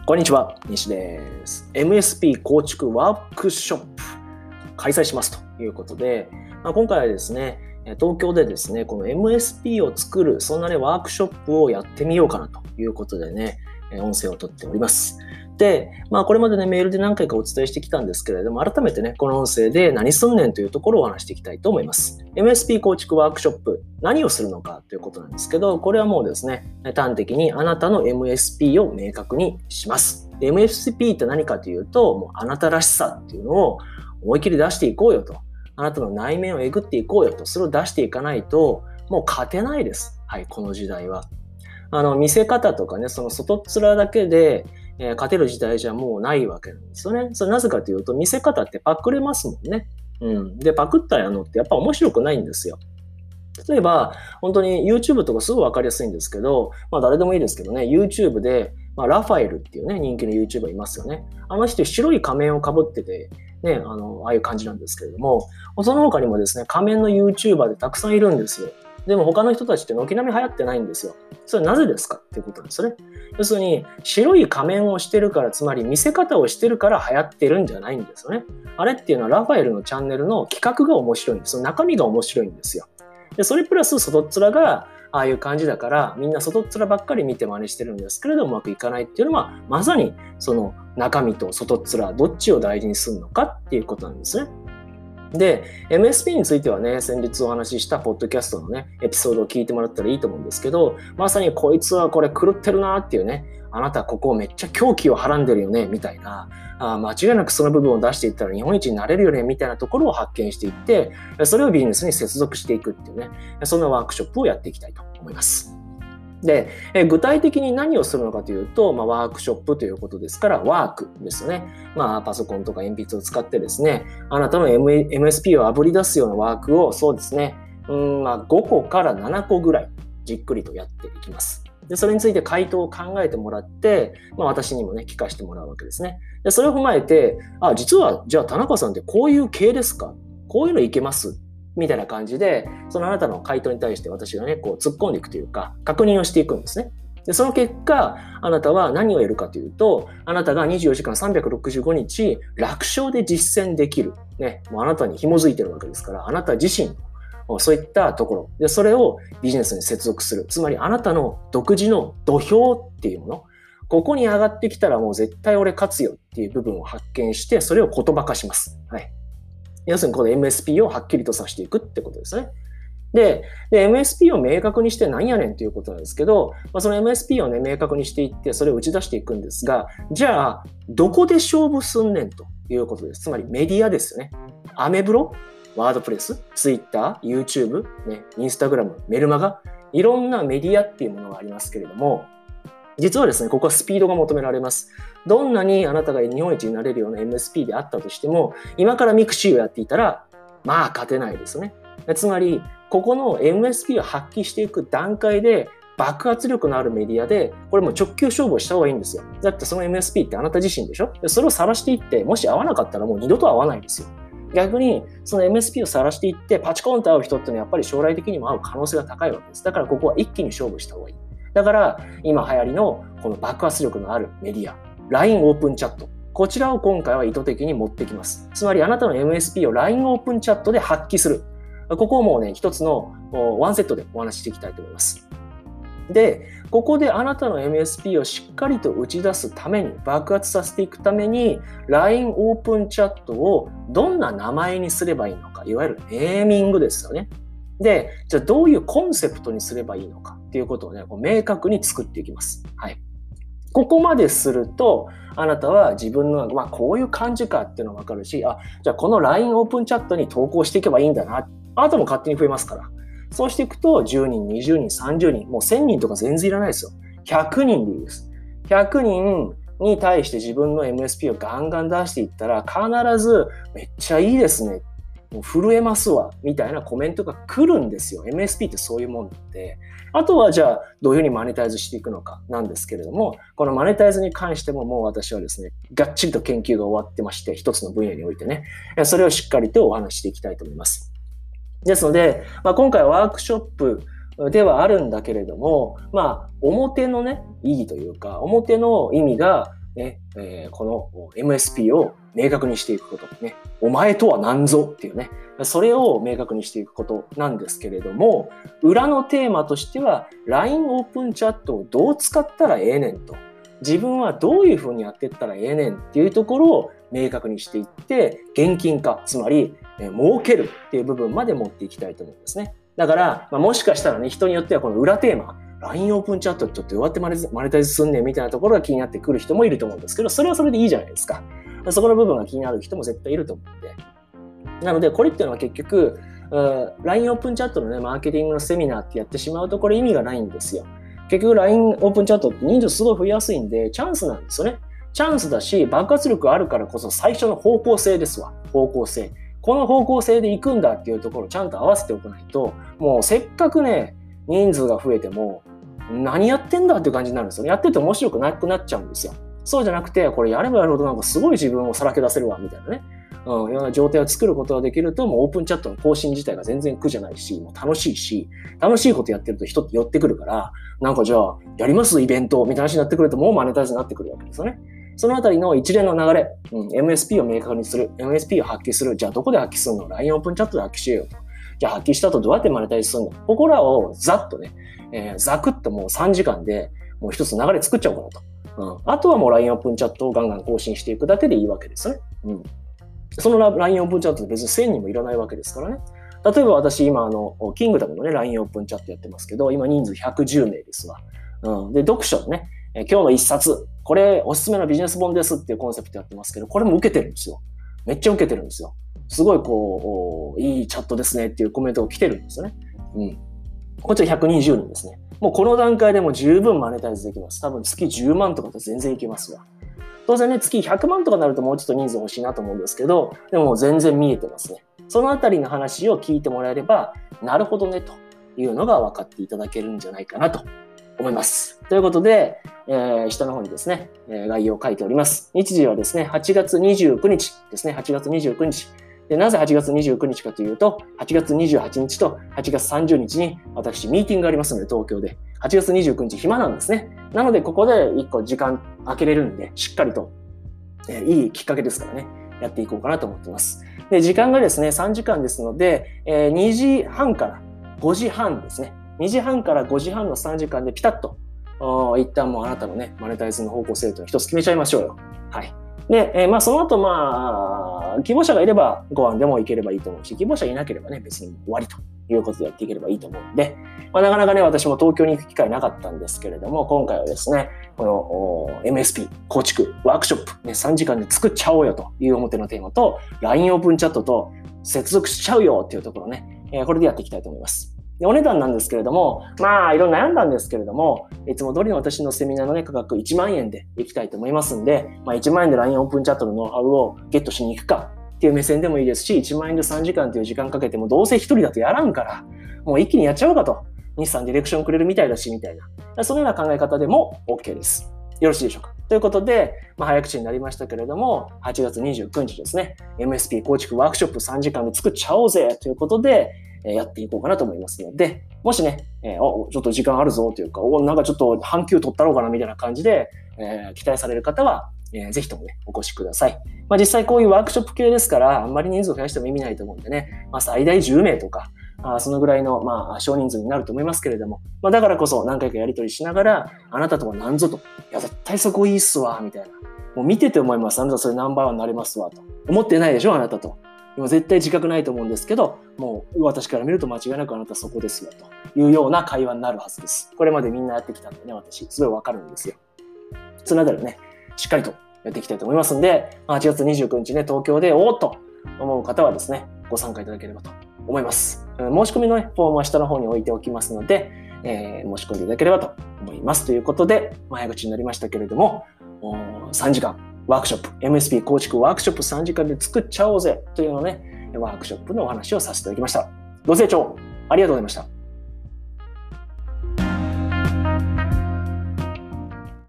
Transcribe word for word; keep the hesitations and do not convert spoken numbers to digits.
こんにちは、西です。エムエスピー 構築ワークショップ開催しますということで、まあ、今回はですね、東京でですね、この エムエスピー を作る、そんなね、ワークショップをやってみようかなということでね、音声を取っております。で、まあこれまでね、メールで何回かお伝えしてきたんですけれども、改めてね、この音声で何すんねんというところをお話していきたいと思います。エムエスピー 構築ワークショップ、何をするのかということなんですけど、これはもうですね、端的にあなたの エムエスピー を明確にします。で エムエスピー って何かというと、もうあなたらしさっていうのを思い切り出していこうよと。あなたの内面をえぐっていこうよと。それを出していかないと、もう勝てないです。はい、この時代は。あの、見せ方とかね、その外っ面だけで、えー、勝てる時代じゃもうないわけなんですよね。それなぜかというと、見せ方ってパクれますもんね。うん。で、パクったのってやっぱ面白くないんですよ。例えば、本当に YouTube とかすぐ分かりやすいんですけど、まあ誰でもいいですけどね、YouTube で、まあ、ラファエルっていうね、人気の YouTuber いますよね。あの人白い仮面をかぶってて、ね、あの、ああいう感じなんですけれども、その他にもですね、仮面の YouTuber でたくさんいるんですよ。でも他の人たちって軒並み流行ってないんですよ。それはなぜですかっていうことなんですよね。要するに、白い仮面をしてるから、つまり見せ方をしてるから流行ってるんじゃないんですよね。あれっていうのはラファエルのチャンネルの企画が面白いんですよ。中身が面白いんですよ。でそれプラス外っ面がああいう感じだからみんな外っ面ばっかり見て真似してるんですけれどもうまくいかないっていうのはまさにその中身と外っ面どっちを大事にするのかっていうことなんですね。で エムエスピー についてはね先日お話ししたポッドキャストのねエピソードを聞いてもらったらいいと思うんですけどまさにこいつはこれ狂ってるなっていうねあなたここめっちゃ狂気をはらんでるよねみたいなあ間違いなくその部分を出していったら日本一になれるよねみたいなところを発見していってそれをビジネスに接続していくっていうねそんなワークショップをやっていきたいと思います。で、え具体的に何をするのかというと、まあ、ワークショップということですから、ワークですよね。まあ、パソコンとか鉛筆を使ってですね、あなたの エムエスピー をあぶり出すようなワークを、そうですね、うん、まあ、ごこからななこぐらいじっくりとやっていきます。で、それについて回答を考えてもらって、まあ、私にもね、聞かせてもらうわけですね。で、それを踏まえて、あ、実は、じゃあ田中さんってこういう系ですか？こういうのいけますみたいな感じで、そのあなたの回答に対して私がね、こう突っ込んでいくというか、確認をしていくんですね。で、その結果、あなたは何を得るかというと、あなたがにじゅうよじかんさんびゃくろくじゅうごにち楽勝で実践できる。ね、もうあなたに紐づいてるわけですから、あなた自身のそういったところで、それをビジネスに接続する。つまりあなたの独自の土俵っていうもの。ここに上がってきたらもう絶対俺勝つよっていう部分を発見して、それを言葉化します。はい。要するにこの エムエスピー をはっきりとさせていくってことですね。で、で エムエスピー を明確にして何やねんということなんですけど、まあ、その エムエスピー をね、明確にしていって、それを打ち出していくんですが、じゃあ、どこで勝負すんねんということです。つまりメディアですよね。アメブロ、ワードプレス、ツイッター、YouTube、ね、インスタグラム、メルマガ、いろんなメディアっていうものがありますけれども、実はですね、ここはスピードが求められます。どんなにあなたが日本一になれるような エムエスピー であったとしても、今からミクシーをやっていたら、まあ勝てないですよね。つまり、ここの エムエスピー を発揮していく段階で、爆発力のあるメディアで、これも直球勝負をした方がいいんですよ。だってその エムエスピー ってあなた自身でしょ？それを晒していって、もし合わなかったらもう二度と合わないんですよ。逆に、その エムエスピー を晒していって、パチコンと合う人ってのはやっぱり将来的にも合う可能性が高いわけです。だからここは一気に勝負した方がいい。だから今流行りのこの爆発力のあるメディア ライン オープンチャットこちらを今回は意図的に持ってきます。つまりあなたの エムエスピー を ライン オープンチャットで発揮するここをもうね一つのワンセットでお話ししていきたいと思います。でここであなたの エムエスピー をしっかりと打ち出すために爆発させていくために ライン オープンチャットをどんな名前にすればいいのかいわゆるネーミングですよね。で、じゃあどういうコンセプトにすればいいのかっていうことをね、こう明確に作っていきます。はい。ここまですると、あなたは自分の、まあこういう感じかっていうのがわかるし、あ、じゃあこの ライン オープンチャットに投稿していけばいいんだな。あなたも勝手に増えますから。そうしていくと、じゅうにん、にじゅうにん、さんじゅうにん、もうせんにんとか全然いらないですよ。ひゃくにんでいいです。ひゃくにんに対して自分の エムエスピー をガンガン出していったら、必ずめっちゃいいですね。もう震えますわみたいなコメントが来るんですよ。 エムエスピー ってそういうもんなんで、あとはじゃあどういうふうにマネタイズしていくのかなんですけれども、このマネタイズに関してももう私はですねがっちりと研究が終わってまして、一つの分野においてねそれをしっかりとお話していきたいと思います。ですので、まあ、今回はワークショップではあるんだけれども、まあ表のね意義というか表の意味がね、えー、この エムエスピー を明確にしていくことね。お前とは何ぞっていうね。それを明確にしていくことなんですけれども、裏のテーマとしては ライン オープンチャットをどう使ったらええねんと。自分はどういうふうにやっていったらええねんっていうところを明確にしていって、現金化、つまり、えー、儲けるっていう部分まで持っていきたいと思うんですね。だから、まあ、もしかしたらね、人によってはこの裏テーマ、ライン オープンチャットちょっとどうやってマネタイズすんねんみたいなところが気になってくる人もいると思うんですけど、それはそれでいいじゃないですか。そこの部分が気になる人も絶対いると思うんで。なので、これっていうのは結局、ライン オープンチャットのね、マーケティングのセミナーってやってしまうとこれ意味がないんですよ。結局 ライン オープンチャットって人数すごい増えやすいんで、チャンスなんですよね。チャンスだし、爆発力あるからこそ最初の方向性ですわ。方向性。この方向性で行くんだっていうところをちゃんと合わせておかないと、もうせっかくね、人数が増えても、何やってんだっていう感じになるんですよね。やってて面白くなくなっちゃうんですよ。そうじゃなくて、これやればやるほどなんかすごい自分をさらけ出せるわ、みたいなね。うん、ような状態を作ることができると、もうオープンチャットの更新自体が全然苦じゃないし、もう楽しいし、楽しいことやってると人って寄ってくるから、なんかじゃあ、やりますイベントみたいな話になってくると、もうマネタイズになってくるわけですよね。そのあたりの一連の流れ、うん、エムエスピー を明確にする、エムエスピー を発揮する、じゃあどこで発揮するの ?ライン オープンチャットで発揮しようよと。じゃあ発揮した後どうやってマネタイズするのここらをざっとね、えー、ざくっともうさんじかんでもう一つ流れ作っちゃおうかなと。うん、あとはもう ライン オープンチャットをガンガン更新していくだけでいいわけですよね。うん、その ライン オープンチャットって別にせんにんもいらないわけですからね。例えば私今あの、キングダムのね、ライン オープンチャットやってますけど、今人数ひゃくじゅうめいですわ。うん、で、読書のね、え今日の一冊、これおすすめのビジネス本ですっていうコンセプトやってますけど、これも受けてるんですよ。めっちゃ受けてるんですよ。すごいこう、いいチャットですねっていうコメントが来てるんですよね。うん。こっちはひゃくにじゅうにんですね。もうこの段階でも十分マネタイズできます。多分月じゅうまんとかと全然いけますわ。当然ね、月ひゃくまんとかになるともうちょっと人数欲しいなと思うんですけど、でももう全然見えてますね。そのあたりの話を聞いてもらえれば、なるほどねというのが分かっていただけるんじゃないかなと思います。ということで、えー、下の方にですね、えー、概要を書いております。日時はですね、はちがつにじゅうくにちですね、はちがつにじゅうくにち。で、なぜはちがつにじゅうくにちかというと、はちがつにじゅうはちにちとはちがつさんじゅうにちに私ミーティングがありますので、東京で。はちがつにじゅうくにち暇なんですね。なので、ここでいっこ時間空けれるんで、しっかりと、えー、いいきっかけですからね、やっていこうかなと思っています。で、時間がですね、さんじかんですので、えー、にじはんからごじはんですね。にじはんからごじはんのさんじかんでピタッと、一旦もうあなたのね、マネタイズの方向性というのを一つ決めちゃいましょうよ。はい。で、えー、まあその後まあ、希望者がいればご案でもいければいいと思うし、希望者いなければね、別に終わりということでやっていければいいと思うんで、まあなかなかね、私も東京に行く機会なかったんですけれども、今回はですね、この エムエスピー 構築ワークショップ、ね、さんじかんで作っちゃおうよという表のテーマと、ライン オープンチャットと接続しちゃうよっていうところね、えー、これでやっていきたいと思います。でお値段なんですけれども、まあ、いろいろ悩んだんですけれども、いつも通りの私のセミナーの、ね、価格いちまんえんでいきたいと思いますんで、まあ、いちまんえんで ライン オープンチャットのノウハウをゲットしに行くかっていう目線でもいいですし、いちまんえんでさんじかんという時間かけてもどうせ一人だとやらんから、もう一気にやっちゃおうかと。日産ディレクションくれるみたいだし、みたいな。そのような考え方でも OK です。よろしいでしょうか。ということで、まあ、早口になりましたけれども、はちがつにじゅうくにちですね、エムエスピー 構築ワークショップさんじかんで作っちゃおうぜということで、やっていこうかなと思いますので、もしね、えー、おちょっと時間あるぞというか、おなんかちょっと半休取ったろうかなみたいな感じで、えー、期待される方は、えー、ぜひともね、お越しください。まあ、実際こういうワークショップ系ですから、あんまり人数を増やしても意味ないと思うんでね、まあ、最大じゅうめいとか、あそのぐらいの、まあ、少人数になると思いますけれども、まあ、だからこそ何回かやり取りしながら、あなたとは何ぞと、いや、絶対そこいいっすわ、みたいな。もう見てて思います。あなたそれナンバーワンになれますわ、と。思ってないでしょ、あなたと。今絶対自覚ないと思うんですけど、もう私から見ると間違いなくあなたそこですよというような会話になるはずです。これまでみんなやってきたんでね、私すごいわかるんですよ。そのあたりをね、しっかりとやっていきたいと思いますんで、はちがつにじゅうくにちね、東京でおーっと思う方はですね、ご参加いただければと思います。申し込みの、ね、フォームは下の方に置いておきますので、えー、申し込んでいただければと思います。ということで、早口になりましたけれども、さんじかん。ワークショップ、エムエスピー 構築ワークショップさんじかんで作っちゃおうぜというのね、ワークショップのお話をさせていただきました。ご清聴ありがとうございました。